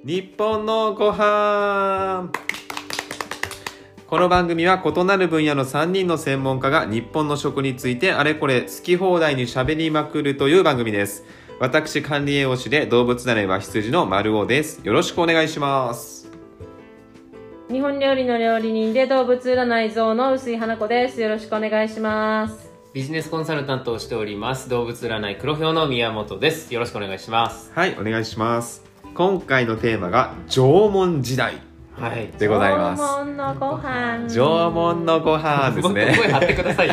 日本のご飯。この番組は異なる分野の3人の専門家が日本の食についてあれこれ好き放題に喋りまくるという番組です。私、管理栄養士で動物占いは羊の丸尾です。よろしくお願いします。 日本料理の料理人で動物占い像の薄井花子です。よろしくお願いします。 ビジネスコンサルタントをしております動物占い黒豹の宮本です。よろしくお願いします。 はい、お願いします。今回のテーマが縄文時代でございます。 縄文のご飯。 縄文のご飯ですね。 もっと声張ってくださいよ。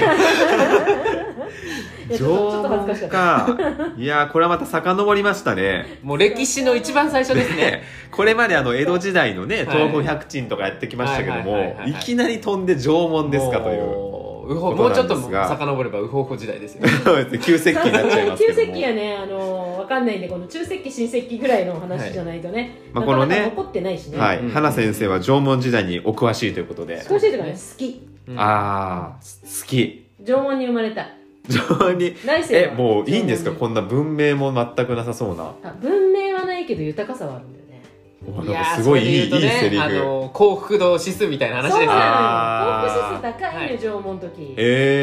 縄文か。いやー、これはまた遡りましたね。 もう歴史の一番最初ですね。 これまで江戸時代のね、東方百珍とかやってきましたけども、いきなり飛んで縄文ですかという。 もうちょっと遡ればウホウホ時代ですよね。 旧石器になっちゃいますけども。 旧石器はね、わかんないんで、この中石器、新石器ぐらいの話じゃないとね、なかなか残ってないしね。 はい、花先生は縄文時代にお詳しいということで。 詳しいというかね、好き。 あー、好き。 縄文に生まれた。 縄文に。もういいんですか、こんな文明も全くなさそうな。 文明はないけど豊かさはあるんだよね。 いやー、すごいいいセリフ。 幸福度指数みたいな話ですね。 そうなのよ。幸福指数高いよ、縄文の時。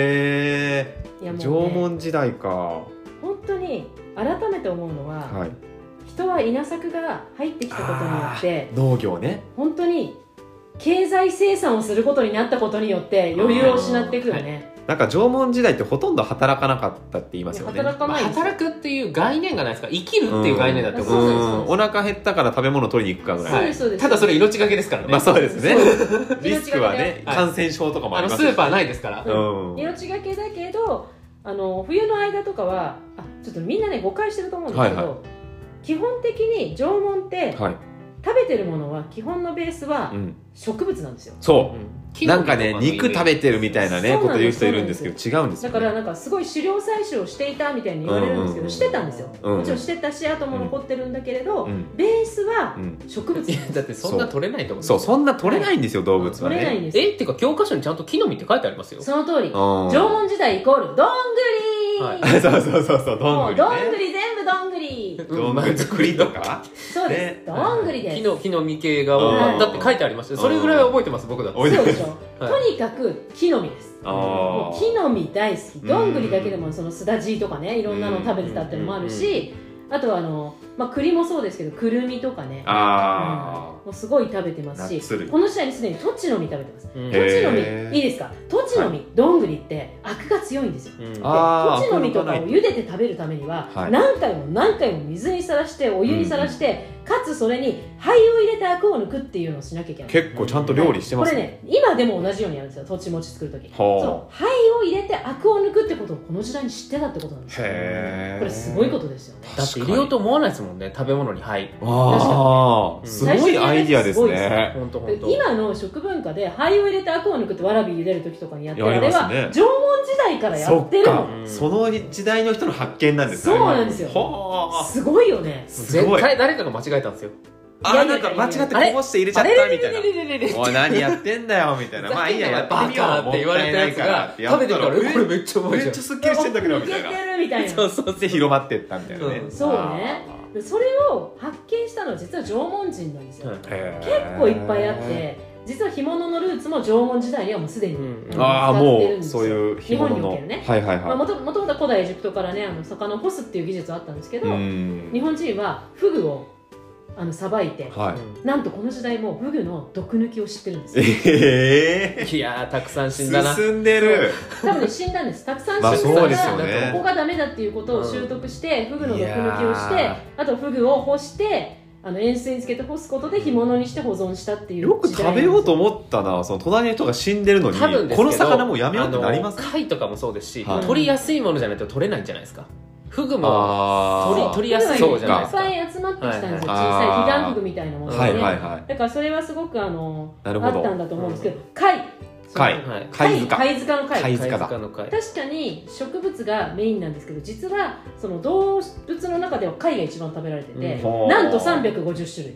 縄文時代か。 本当に改めて思うのは、人は稲作が入ってきたことによって農業ね、 本当に経済生産をすることになったことによって余裕を失っていくよね。 なんか縄文時代ってほとんど働かなかったって言いますよね。 働くっていう概念がないですか。生きるっていう概念だって思うんですよ。 お腹減ったから食べ物取りに行くかぐらい。 ただそれ命がけですからね。 まあそうですね。リスクはね、感染症とかもありますし。 スーパーないですから。 命がけだけど、冬の間とかはちょっとみんなね誤解してると思うんですけど、基本的に縄文って食べてるものは基本のベースは植物なんですよ。 そう。なんかね、肉食べてるみたいなねこと言う人いるんですけど、違うんですよ。 だからなんかすごい狩猟採取をしていたみたいに言われるんですけど、してたんですよ。もちろんしてたし、後も残ってるんだけれど、ベースは植物。 だってそんな取れないと思う。 そう、そんな取れないんですよ、動物はね。 取れないんです。 っていうか教科書にちゃんと木の実って書いてありますよ。 その通り。縄文時代イコールどんぐり。 そうそうそうそう、どんぐり。 どんぐり全部どんぐり。 どんぐりと栗とか。 そうです。どんぐりです。 木の実系がだって書いてありました。それぐらいは覚えてます、僕だって。 そうでしょ。とにかく木の実です。もう木の実大好き。どんぐりだけでもそのすだちとかね、いろんなの食べてたっていうのもあるし、あとは栗もそうですけど、くるみとかね、もうすごい食べてますし、この時代にすでにトチの実食べてます。トチの実いいですか。トチの実、どんぐりってアクが強いんですよ。でトチの実とかを茹でて食べるためには何回も何回も水にさらしてお湯にさらして、かつそれに灰を入れてアクを抜くっていうのをしなきゃいけない。 結構ちゃんと料理してますね。これね、今でも同じようにやるんですよ。とちもち作るとき、その灰を入れてアクを抜くってことをこの時代に知ってたってことなんですよ。これすごいことですよね。 だって入れようと思わないですもんね、食べ物に灰。 すごいアイディアですね。 今の食文化で灰を入れてアクを抜くってわらび茹でるときとかにやってる、あれは縄文時代からやってるの。 その時代の人の発見なんですね。そうなんですよ。すごいよね。 絶対誰かが間違えたんですよ。 なんか間違ってこぼして入れちゃったみたいな。おい、何やってんだよみたいな。まあいいや、やってみようって言われたやつが食べてるから、これめっちゃうまいじゃん。 めっちゃすっきりしてんだけどみたいな。そうそう。で広まってったみたいなね。 そうね。それを発見したのは実は縄文人なんですよ。結構いっぱいあって、実は干物のルーツも縄文時代にはもうすでに使ってるんですよ。 そういう日本におけるね。もともとは古代エジプトからね、魚を干すっていう技術はあったんですけど、日本人はフグをさばいて、なんとこの時代もフグの毒抜きを知ってるんですよ。 いやー、たくさん死んだな。 進んでる。 多分ね、死んだんです。たくさん死んだから、ここがダメだっていうことを習得して、フグの毒抜きをして、あとフグを干して塩水につけて干すことで干物にして保存したっていう。 よく食べようと思ったな。その隣の人が死んでるのにこの魚もうやめようってなります。 貝とかもそうですし、取りやすいものじゃないと取れないんじゃないですか。フグも取りやすいじゃないですか。 いっぱい集まってきたんですよ。小さい彼岸フグみたいなものがね。だからそれはすごくあったんだと思うんですけど、貝塚の貝。確かに植物がメインなんですけど、実はその動物の中では貝が一番食べられてて、なんと350種類。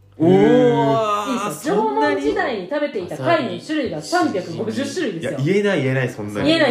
縄文時代に食べていた貝の種類が350種類ですよ。 言えないそんなに。 言えない。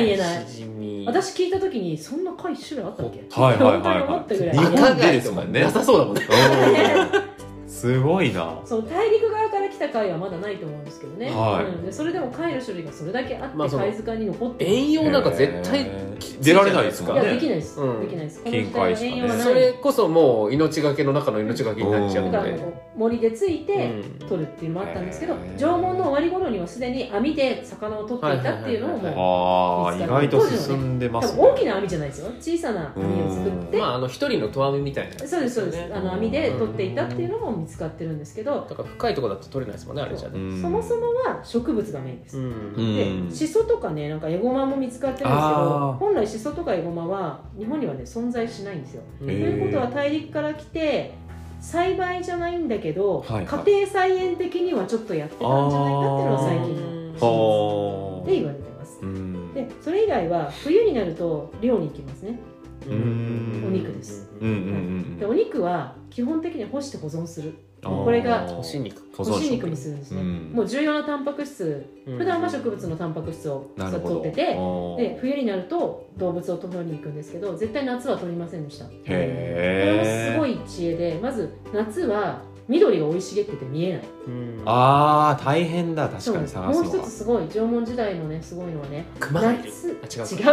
私聞いた時にそんな貝種類あったっけ？ はいはい本当に思ったぐらい。 日本でですもんね。 なさそうだもんね。 すごいな。 その大陸側から来た貝はまだないと思うんですけどね、でそれでも貝の種類がそれだけあって貝塚に残ってる。 遠洋なんか絶対出られないですもんね。 いやできないです、できないです。この時代は遠洋はない。 それこそもう命がけの中の命がけになっちゃうのだからで、 森でついて取るっていうのもあったんですけど、縄文の終わり頃にはすでに網で魚を取っていたっていうのも意外と進んでますね。 大きな網じゃないですよ、小さな網を作って、 一人の投網みたいな、 そうですそうです、網で取っていたっていうのも見つかってるんですけど、 だから深いところだと取れないですもんね、あれじゃね。 そもそもは植物がメインです。でシソとかね、なんかエゴマも見つかってるんですけど、本来シソとかエゴマは日本にはね存在しないんですよ。ということは大陸から来て栽培じゃないんだけど、家庭菜園的にはちょっとやってたんじゃないかっていうのが最近ので言われてます。でそれ以外は冬になると漁に行きますね。お肉です。でお肉は基本的に干して保存する。これが干し肉にするんですね。もう重要なタンパク質、普段は植物のタンパク質を取ってて、で冬になると動物を取りに行くんですけど、絶対夏は取りませんでした。これもすごい知恵で、まず夏は緑が生い茂ってて見えない。 大変だ、確かに探すのは。 もう一つすごい縄文時代のねすごいのはね、違う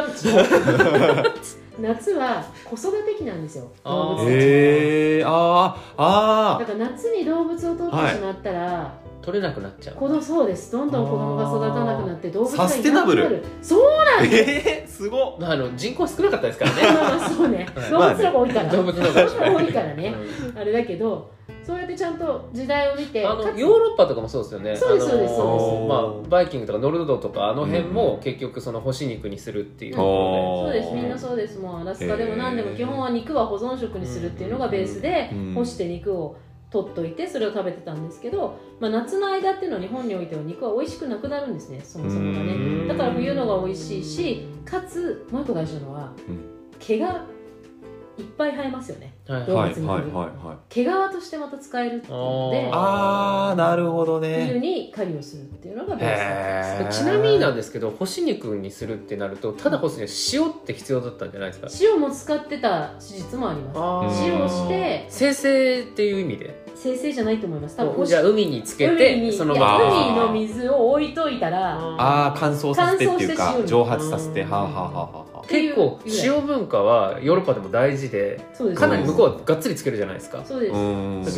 夏は子育て期なんですよ、動物たちは。だから夏に動物を取ってしまったら、 取れなくなっちゃう。 そうです、どんどん子供が育たなくなって動物がサステナブル。 そうなんです。 すごっ。 人口少なかったですからね。 そうね、動物の方が多いから動物の方が多いからね、あれだけど、そうやってちゃんと時代を見て、 ヨーロッパとかもそうですよね。 そうですそうですバイキングとかノルドとかあの辺も結局その干し肉にするっていうところで、そうです、みんなそうです。もうアラスカでも何でも基本は肉は保存食にするっていうのがベースで、干して肉を取っといてそれを食べてたんですけど、夏の間っていうのは日本においては肉は美味しくなくなるんですね、そもそもがね。だから冬のが美味しいし、かつもう一個大事なのは、毛がいっぱい生えますよね、動物に毛皮としてまた使えるっていうので、 なるほどね、 冬に狩りをするっていうのがベースです。 ちなみになんですけど、干し肉にするってなるとただ干すには塩って必要だったんじゃないですか。 塩も使ってた史実もあります。塩をして生成っていう意味で生成じゃないと思います。多分じゃあ海につけてその海の水を置いといたら乾燥させてっていうか蒸発させて、 結構塩文化はヨーロッパでも大事で、かなり向こうはがっつりつけるじゃないですか。 そうです。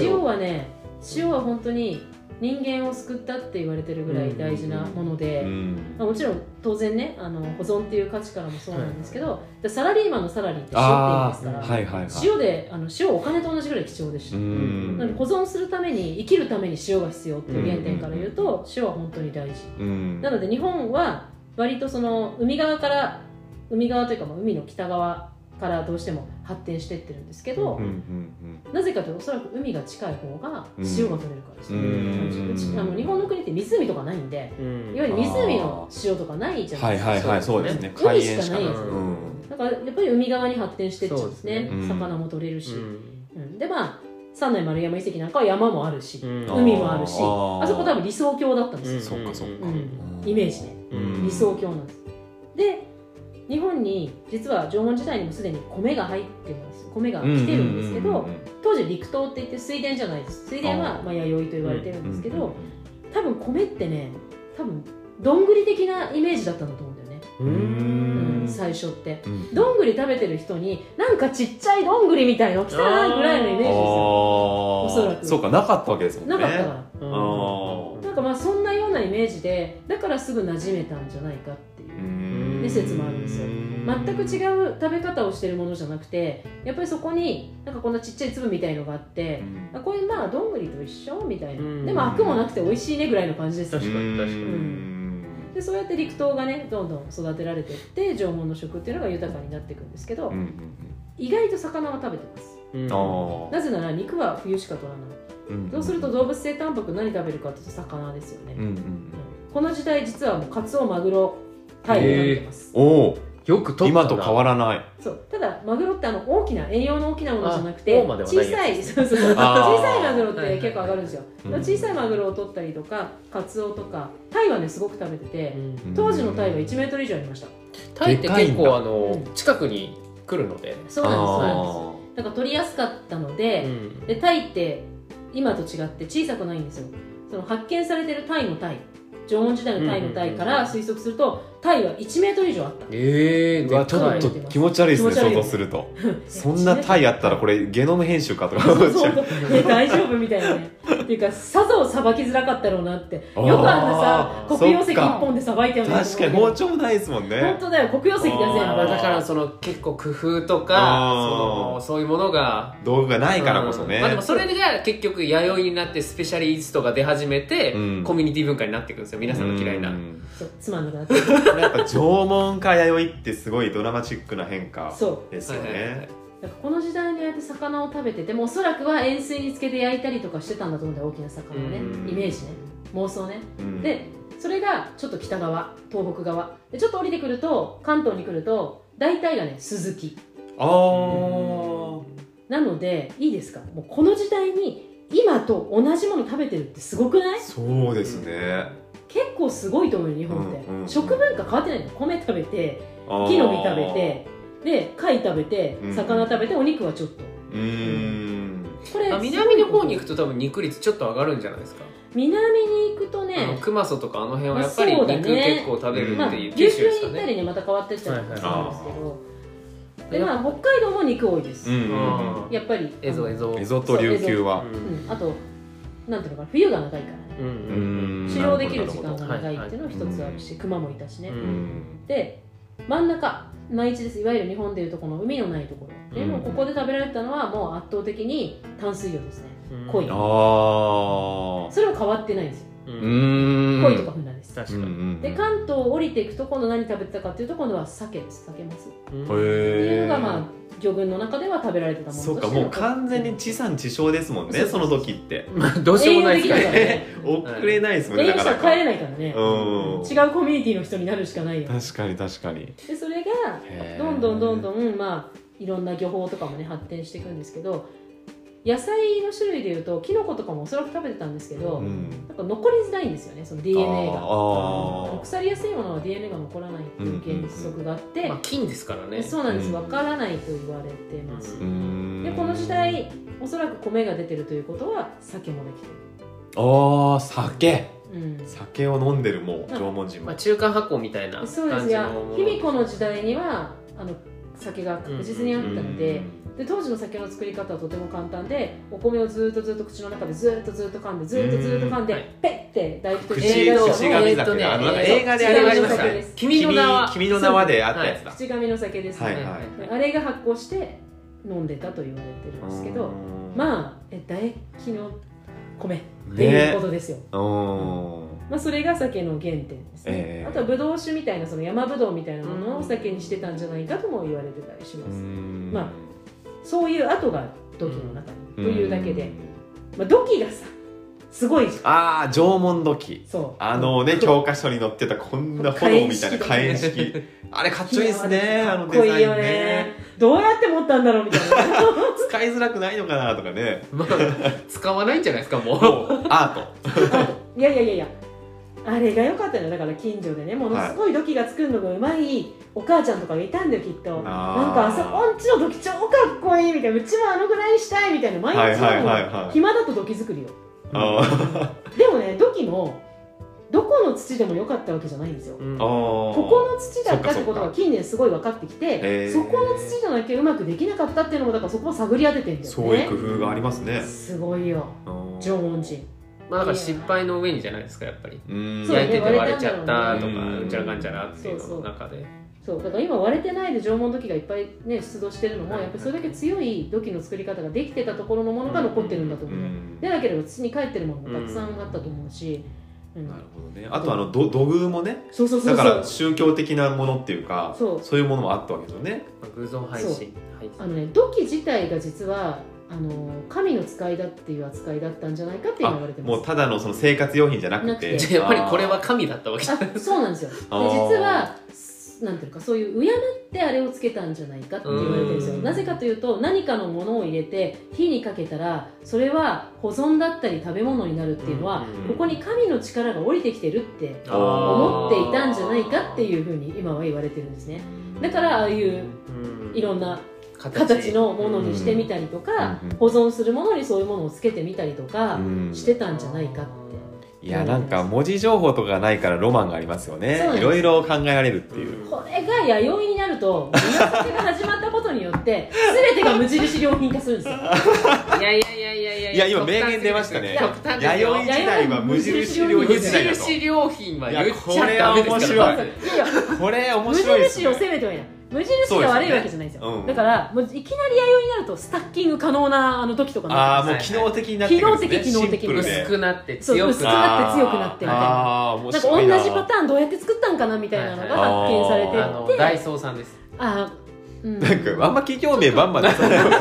塩はね、塩は本当に人間を救ったって言われてるぐらい大事なもので、もちろん当然ね、保存っていう価値からもそうなんですけど、サラリーマンのサラリーって塩って言うんですから、塩で塩お金と同じぐらい貴重でした。なので保存するために生きるために塩が必要っていう原点から言うと、塩は本当に大事。なので日本は割とその海側というか海の北側からどうしても発展していってるんですけど、なぜかというとおそらく海が近い方が塩が取れるからですね。日本の国って湖とかないんで、いわゆる湖の塩とかないじゃないですか。 そうですね、 海しかないんですよ。だからやっぱり海側に発展していっちゃうんですね。魚も取れるし、で三内丸山遺跡なんかは山もあるし、海もあるし、あそこ多分理想郷だったんですよ。イメージね、理想郷なんです。で日本に実は縄文時代にもすでに米が入ってます。米が来てるんですけど、当時陸島って言って水田じゃないです。水田は弥生と言われてるんですけど、多分米ってね、どんぐり的なイメージだったんだと思うんだよね。最初ってどんぐり食べてる人になんかちっちゃいどんぐりみたいの来たなぐらいのイメージですよ、おそらく。 そうか、なかったわけですもんね。 なかったから、なんかそんなようなイメージで、だからすぐ馴染めたんじゃないかっていう説もあるんですよ。全く違う食べ方をしてるものじゃなくて、やっぱりそこになんかこんなちっちゃい粒みたいのがあって、これどんぐりと一緒みたいな、でもアクもなくて美味しいねぐらいの感じです。 確かに確かに。でそうやって陸島がねどんどん育てられていって、縄文の食っていうのが豊かになっていくんですけど、意外と魚は食べてます。なぜなら肉は冬しか取らない。そうすると動物性タンパク何食べるかっていうと魚ですよね。この時代実はもうカツオ、マグロ、タイになってます。 よく取ったな。 今と変わらない。 そう、ただマグロって大きな栄養の大きなものじゃなくて、小さい小さいマグロって結構上がるんですよ。小さいマグロを取ったりとか、カツオとか、タイはねすごく食べてて、当時のタイは1メートル以上ありました。 タイって結構近くに来るので。 そうなんです。だから取りやすかったので、タイって今と違って小さくないんですよ。その発見されてるタイのタイ、縄文時代のタイのタイから推測すると、タイは1メートル以上あった。 うわちょっと気持ち悪いですね、想像すると。そんなタイあったらこれゲノム編集かとか思っちゃう。 大丈夫みたいなね。っていうかさぞさばきづらかったろうなって。よくあんなさ黒曜石1本でさばいてよね。 確かに包丁もないですもんね。 本当だよ、黒曜石だぜ。 だからその結構工夫とかそういうものが道具がないからこそね。 まあでもそれが結局弥生になってスペシャリストが出始めて、コミュニティ文化になっていくんですよ、皆さんの嫌いな。 そうつまんなくなってる。 やっぱ縄文から弥生ってすごいドラマチックな変化ですよね。 だからこの時代にああやって魚を食べてても、おそらくは塩水につけて焼いたりとかしてたんだと思うんだよ、大きな魚をね。イメージね、妄想ね。でそれがちょっと北側、東北側でちょっと降りてくると、関東に来ると大体がねスズキ。なのでいいですか、もうこの時代に今と同じもの食べてるってすごくない？ そうですね、 結構すごいと思うよ日本って。食文化変わってないの。米食べて木の実食べてで貝食べて魚食べてお肉はちょっと。 これ南の方に行くと多分肉率ちょっと上がるんじゃないですか。 南に行くとね、 熊曽とかあの辺はやっぱり肉結構食べるっていう九州ですかね。琉球に行ったりねまた変わってっちゃうとかするんですけど。でまあ、北海道も肉多いです、やっぱり蝦夷と琉球は、 あとなんていうのかな、冬が長いからね、狩猟できる時間が長いっていうのも一つあるし、熊もいたしね。で真ん中内地です。いわゆる日本でいうとこの海のないところでも、ここで食べられたのはもう圧倒的に淡水魚ですね。鯉。それは変わってないんですよ。鯉とか船です。確かに。で関東を降りていくと今度何食べてたかっていうと、今度は鮭です。鮭マスっていうのがまあ魚群の中では食べられてたものとして。 そうか、もう完全に地産地消ですもんね、その時って。 どうしようもないですからね。送れないですもんね。 だから帰れないからね。違うコミュニティの人になるしかないよ。 確かに確かに。 でそれがどんどんまあいろんな漁法とかもね発展していくんですけど、野菜の種類でいうとキノコとかもおそらく食べてたんですけど、なんか残りづらいんですよね、その DNA が。腐りやすいものは DNA が残らないっていう原則があって、 まあ菌ですからね。 そうなんです、わからないと言われてます。でこの時代おそらく米が出てるということは酒もできてる。 酒を飲んでるもう縄文人も、 中間発酵みたいな感じのもの。 そうですよ。卑弥呼の時代には酒が確実にあったので、当時の酒の作り方はとても簡単で、お米をずっと口の中でずっと噛んで噛んでペッて大福で映画でありました。君の名はであったやつだ。 口紙の酒ですね。あれが発酵して飲んでたと言われてるんですけど、まあ唾液の米っていうことですよ。まあそれが酒の原点ですね。あとはブドウ酒みたいな、その山ぶどうみたいなものを酒にしてたんじゃないかとも言われてたりします。まあそういう跡が土器の中にというだけで、まあ土器がさすごいじゃん。 縄文土器。 そう。 教科書に載ってたこんな炎みたいな火炎式。あれかっちょいいですね、デザインね。 どうやって持ったんだろうみたいな。 使いづらくないのかなとかね。 まあ使わないんじゃないですか、もう。 アート。 いや。あれが良かったのよ。だから近所でね、ものすごい土器が作るのがうまいお母ちゃんとかがいたんだよ、きっと。なんかおんちの土器超かっこいいみたいな、うちもあのぐらいしたいみたいな、毎日の暇だと土器作りよ。でもね、土器もどこの土でも良かったわけじゃないんですよ。ここの土だったってことが近年すごい分かってきて、そこの土じゃなきゃうまくできなかったっていうのも、だからそこを探り当ててるんだよね。 そういう工夫がありますね。 すごいよ、縄文人。 まあだから失敗の上にじゃないですか、やっぱり。焼いてて割れちゃったとか、うんちゃらかんちゃらっていうのの中で。そうだから今割れてないで縄文土器がいっぱいね出土してるのも、やっぱりそれだけ強い土器の作り方ができてたところのものが残ってるんだと思う。でなければ土に帰ってるものもたくさんあったと思うし。 なるほどね。あと土偶もね、だから宗教的なものっていうか、そういうものもあったわけですよね。 偶像配信。 土器自体が実は神の使いだっていう扱いだったんじゃないかって言われてます。 もうただのその生活用品じゃなくて、 やっぱりこれは神だったわけじゃない。 そうなんですよ。で実はなんていうか、そういう敬ってあれをつけたんじゃないかって言われてるんですよ。なぜかというと、何かのものを入れて火にかけたらそれは保存だったり食べ物になるっていうのは、ここに神の力が降りてきてるって思っていたんじゃないかっていうふうに今は言われてるんですね。だからああいういろんな形のものにしてみたりとか、保存するものにそういうものをつけてみたりとかしてたんじゃないかって。 いやなんか文字情報とかがないからロマンがありますよね。いろいろ考えられるっていう。 これが弥生になると宮崎が始まったことによって全てが無印良品化するんですよ。 いや今名言出ましたね。弥生時代は無印良品時代だと。 無印良品は言っちこれは面白い。これ面白いですね。 無印を責めてはいない。無印が悪いわけじゃないんですよ。だからもういきなり弥生になるとスタッキング可能な時とかなって、もう機能的になってくるんですね。 機能的薄くなって強くなって薄くなって強くなってみたいな。なんか同じパターンどうやって作ったんかなみたいなのが発見されていて。 ダイソーさんです。 なんかあんま企業名バンバン出さない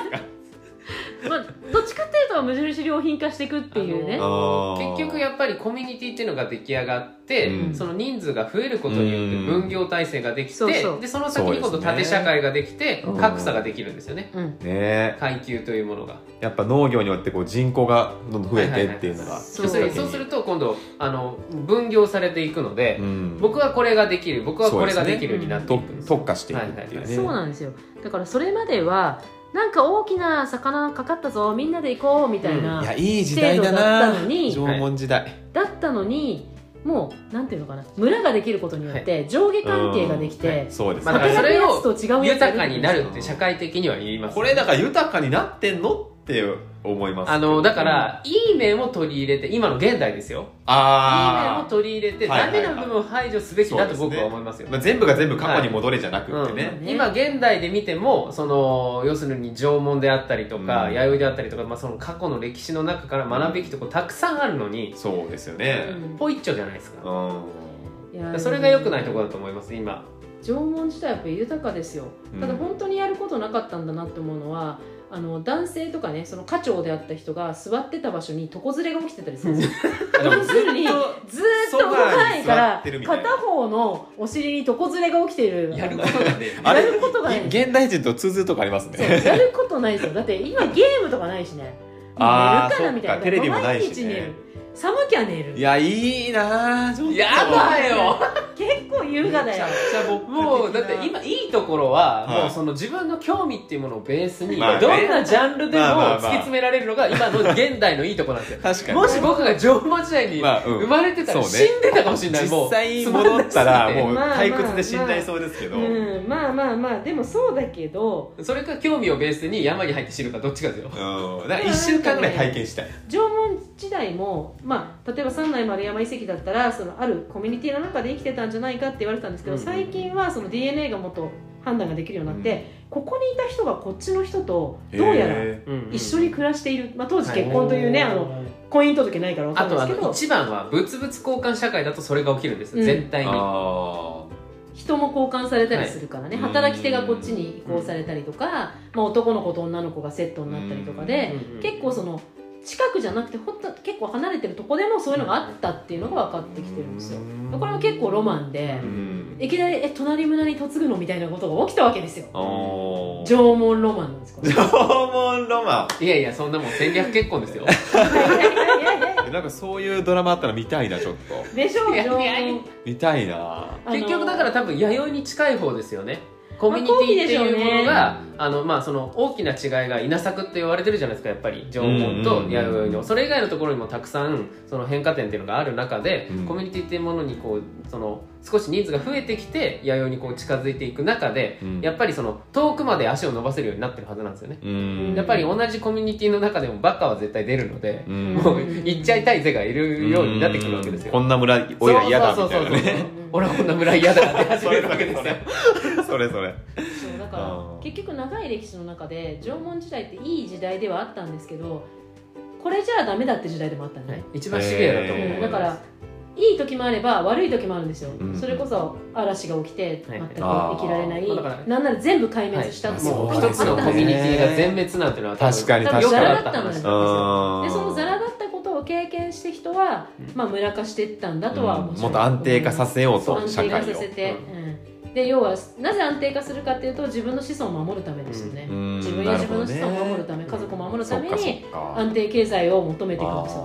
どっちかっていうと無印良品化していくっていうね。 結局やっぱりコミュニティっていうのが出来上がって、その人数が増えることによって分業体制ができて、でその先に今度縦社会ができて格差ができるんですよね。階級というものがやっぱ農業によってこう人口がどんどん増えてっていうのが、 そうすると今度分業されていくので、僕はこれができる、僕はこれができるようになっていくんです。 特化していくっていうね。 そうなんですよ。だからそれまではなんか大きな魚かかったぞみんなで行こうみたいな、 いい時代だな、縄文時代だったのに、もうなんていうのかな、村ができることによって上下関係ができて、 そうです。 だからそれを豊かになるって社会的には言います。 これだから豊かになってんのって思います。 だからいい面を取り入れて、今の現代ですよ。いい面を取り入れてダメな部分を排除すべきだと僕は思いますよ。 全部が全部過去に戻れじゃなくてね。 今現代で見ても要するに縄文であったりとか弥生であったりとか、その過去の歴史の中から学ぶべきところたくさんあるのに、 そうですよね。 ポイッチョじゃないですか。それが良くないところだと思います今。 縄文時代やっぱり豊かですよ。ただ本当にやることなかったんだなって思うのは、男性とかね、その家長であった人が座ってた場所に床ずれが起きてたりするんですよ。要するにずーっと動かないから片方のお尻に床ずれが起きている。 やることがね、 やることがね、現代人と通ずるとこありますね。 やることないですよ。だって今ゲームとかないしね、寝るからみたいな、 テレビもないしね、 寒きゃ寝る。 いや、いいなぁ。 やだよ。 結構優雅だよ。 もうだって今いいところは、もうその自分の興味っていうものをベースにどんなジャンルでも突き詰められるのが今の現代のいいところなんですよ。 確かに。 もし僕が縄文時代に生まれてたら死んでたかもしれない。 実際戻ったらもう退屈で死んじゃいそうですけど。 まあでもそうだけど、 それか興味をベースに山に入って知るかどっちかですよ。 1週間ぐらい体験したい。 縄文時代も例えば三内丸山遺跡だったらあるコミュニティの中で生きてたんじゃないかって言われてたんですけど、最近はその DNA がもっと判断ができるようになって、ここにいた人がこっちの人とどうやら一緒に暮らしている、当時結婚というね、婚姻届ないから分かるんですけど、 あと一番は物々交換社会だとそれが起きるんです、全体に。 人も交換されたりするからね、働き手がこっちに移行されたりとか、男の子と女の子がセットになったりとかで、結構近くじゃなくて結構離れてるとこでもそういうのがあったっていうのが分かってきてるんですよ。これも結構ロマンで、いきなり隣村に嫁ぐのみたいなことが起きたわけですよ。縄文ロマンなんですか。 縄文ロマン。いやいや、そんなもん戦略結婚ですよ。 なんかそういうドラマあったら見たいな、ちょっと。 でしょう。 見たいな。 結局だから多分弥生に近い方ですよね。コミュニティっていうものが、その大きな違いが稲作って言われてるじゃないですか、やっぱり縄文と弥生の、それ以外のところにもたくさんその変化点っていうのがある中で、コミュニティっていうものに少し人数が増えてきて弥生に近づいていく中で、やっぱり遠くまで足を伸ばせるようになってるはずなんですよね。やっぱり同じコミュニティの中でもバカは絶対出るので、もう行っちゃいたいぜがいるようになってくるわけですよ。 こんな村おいら嫌だみたいなね。 俺はこんな村嫌だって始めるわけですよ。 それそうだから結局長い歴史の中で縄文時代っていい時代ではあったんですけど、これじゃあダメだって時代でもあったね。 一番シビアだと思う。 だからいい時もあれば悪い時もあるんですよ。それこそ嵐が起きて全く生きられない、なんなら全部壊滅したっていうもう一つのコミュニティが全滅なんていうのは確かにザラだったんですよ。でそのザラだったことを経験して人は村化していったんだとは思う。 もっと安定化させようと社会を安定化させて、で要はなぜ安定化するかっていうと、自分の子孫を守るためですよね。自分や自分の子孫を守るため、家族を守るために安定経済を求めていくんですよ。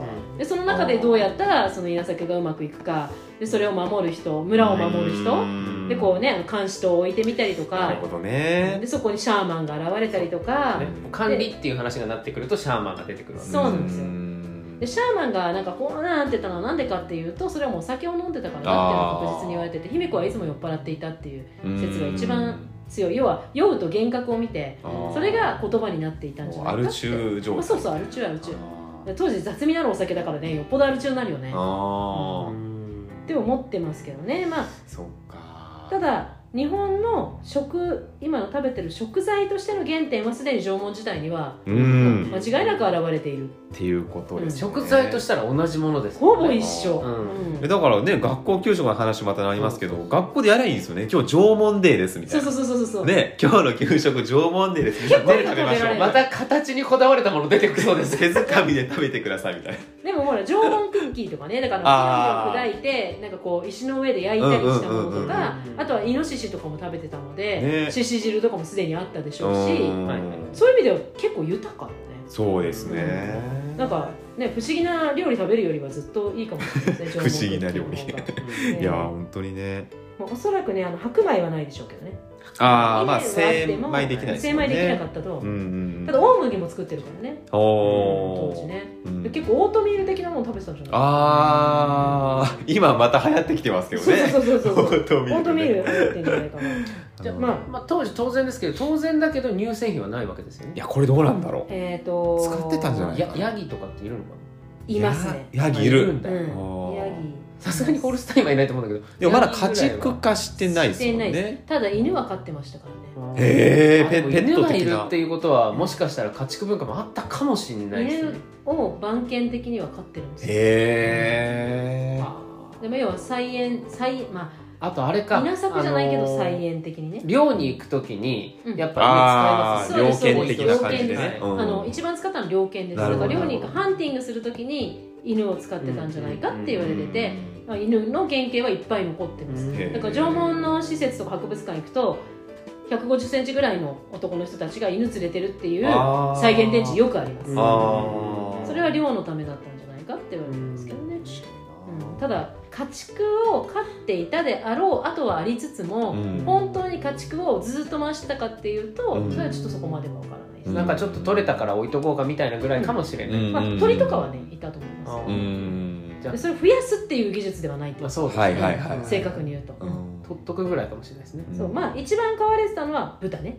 でその中でどうやったらその稲作がうまくいくかで、それを守る人、村を守る人でこうね、監視塔を置いてみたりとか、 なるほどね。 でそこにシャーマンが現れたりとか、 ね、管理っていう話がなってくるとシャーマンが出てくるわけです。 そうなんですよ。でシャーマンがなんかこうなってたのはなんでかっていうと、それはもうお酒を飲んでたからだっていうのは確実に言われてて、卑弥呼はいつも酔っ払っていたっていう説が一番強い。要は酔うと幻覚を見て、それが言葉になっていたんじゃないかって。 アル中状態。 そうそう、アル中。当時雑味のあるお酒だからね、よっぽどアル中になるよねって思ってますけどね。まあそうか。 ただ日本の今の食べてる食材としての原点はすでに縄文時代には間違いなく現れているっていうことですね。 食材としたら同じものです、ね、 ほぼ一緒、 だからね、学校給食の話またなりますけど、学校でやりゃいいんですよね。今日縄文デーですみたいな。 そうね、今日の給食縄文デーですみたいな。食べましょう。 また形にこだわれたもの出てくるそうです。 手づかみで食べてくださいみたいな。 でもほら縄文クッキーとかね、だから木の実を砕いてなんかこう石の上で焼いたりしたものとか、あとはイノシシとかも食べてたので、獅子汁とかもすでにあったでしょうし、そういう意味では結構豊かだね。 そうですね、 なんかね、不思議な料理食べるよりはずっといいかもしれないですね。 不思議な料理いや本当にね、 おそらくね、白米はないでしょうけどね。 まあ精米できないですよね。 精米できなかったと。ただ大麦も作ってるからね、当時ね。結構オートミール的なもの食べてたんじゃない。 今また流行ってきてますけどね。 そうオートミール流行ってんじゃないかな。 じゃまあ当時当然ですけど、当然だけど乳製品はないわけですよね。 いやこれどうなんだろう。使ってたんじゃないかな。 ヤギとかっているのかな。 いますね。 ヤギいる。 ヤギ。 さすがにホルスタインはいないと思うんだけど、 でもまだ家畜化してないですもんね。 ただ犬は飼ってましたからね。 へえ、ペット的な。 犬がいるっていうことはもしかしたら家畜文化もあったかもしれないですね。 犬を番犬的には飼ってるんですよ。 へえ。 でも要はあとあれか、 稲作じゃないけど菜園的にね、 猟に行くときにやっぱ犬使います。猟犬的な感じでね。 一番使ったのは猟犬です。だから猟に行くハンティングするときに犬を使ってたんじゃないかって言われてて、犬の原型はいっぱい残ってます。だから縄文の施設とか博物館行くと150センチぐらいの男の人たちが犬連れてるっていう再現展示よくあります。それは猟のためだったんじゃないかって言われてますけどね。ただ家畜を飼っていたであろう後はありつつも、本当に家畜をずっと回してたかっていうと、それはちょっとそこまでは分からないです。 なんかちょっと取れたから置いとこうかみたいなぐらいかもしれない。 鳥とかはねいたと思いますよ。それを増やすっていう技術ではないってことですね。正確に言うと取っとくぐらいかもしれないですね。 そう、まあ一番飼われてたのは豚ね。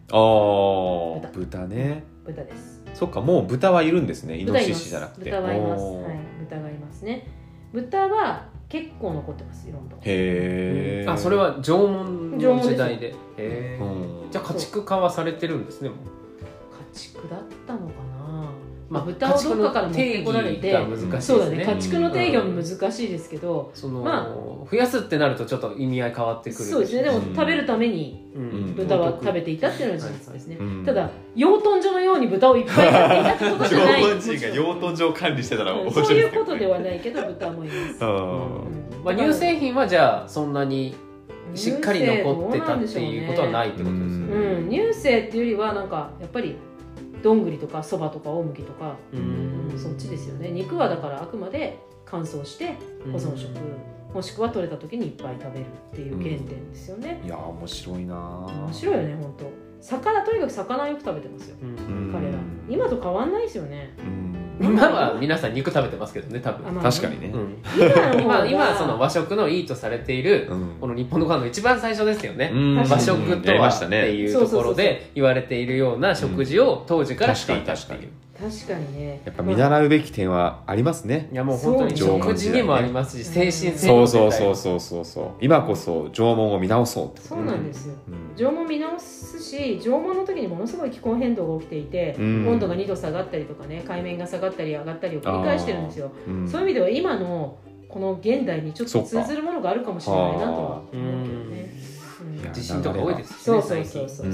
豚ね。 豚です。 そっか、もう豚はいるんですね。イノシシじゃなくて。 豚はいます。豚がいますね。豚は結構残ってます、いろんな。 へえ。それは縄文の時代で。じゃあ家畜化はされてるんですね。家畜だったのかな。豚をどっかから持ってこられて、そうだね、家畜の定義も難しいですけど、 増やすってなるとちょっと意味合い変わってくる。 そうですね。でも食べるために豚は食べていたっていうのは事実ですね。ただ養豚場のように豚をいっぱい飼っていたってことじゃない。 縄文人が養豚場を管理してたら面白い。 そういうことではないけど豚もいます。 乳製品はじゃあそんなにしっかり残ってたっていうことはないってことですね。 乳製っていうよりはなんかやっぱりどんぐりとかそばとか大麦とか、そっちですよね。肉はだからあくまで乾燥して保存食、もしくは取れた時にいっぱい食べるっていう原点ですよね。 いや面白いな。 面白いよね、本当。とにかく魚よく食べてますよ、彼ら。今と変わんないですよね。 今は皆さん肉食べてますけどね、多分。 確かにね。 今その和食のいいとされているこの日本のご飯の一番最初ですよね。和食とはっていうところで言われているような食事を当時からしていたっていう。 確かにね。 やっぱ見習うべき点はありますね。 いやもう本当に食事にもありますし、精神性そう今こそ縄文を見直そう。 そうなんですよ。縄文見直すし、縄文の時にものすごい気候変動が起きていて、温度が2度下がったりとかね、海面が下がったり上がったりを繰り返してるんですよ。そういう意味では今のこの現代にちょっと通ずるものがあるかもしれないなとは思うけどね。 地震とか多いですよね。 そう。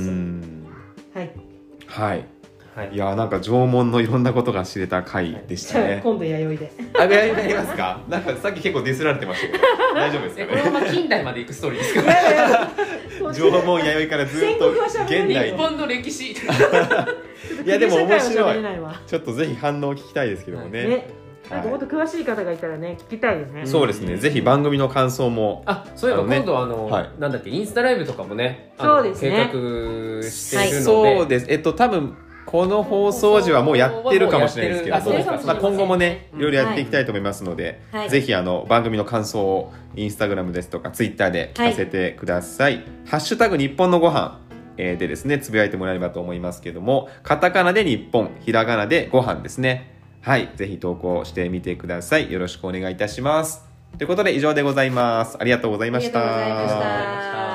はい。いやなんか縄文のいろんなことが知れた回でしたね。 今度弥生で。 弥生になりますか。なんかさっき結構ディスられてましたけど大丈夫ですかね。 このまま近代まで行くストーリーですか。 縄文弥生からずっと現代日本の歴史。 いやでも面白い。ちょっとぜひ反応聞きたいですけどもね。 なんかもっと詳しい方がいたらね聞きたいよね。 そうですね、ぜひ番組の感想も。 そういえば今度なんだっけ、インスタライブとかもね、そうですね、計画しているので、 そうです。多分この放送時はもうやってるかもしれないですけど、今後もねいろいろやっていきたいと思いますので、ぜひ番組の感想をインスタグラムですとかツイッターで聞かせてください。ハッシュタグ日本のご飯でですね、つぶやいてもらえればと思いますけども、カタカナで日本、ひらがなでご飯ですね。はい、ぜひ投稿してみてください。よろしくお願いいたします。ということで以上でございます。ありがとうございました。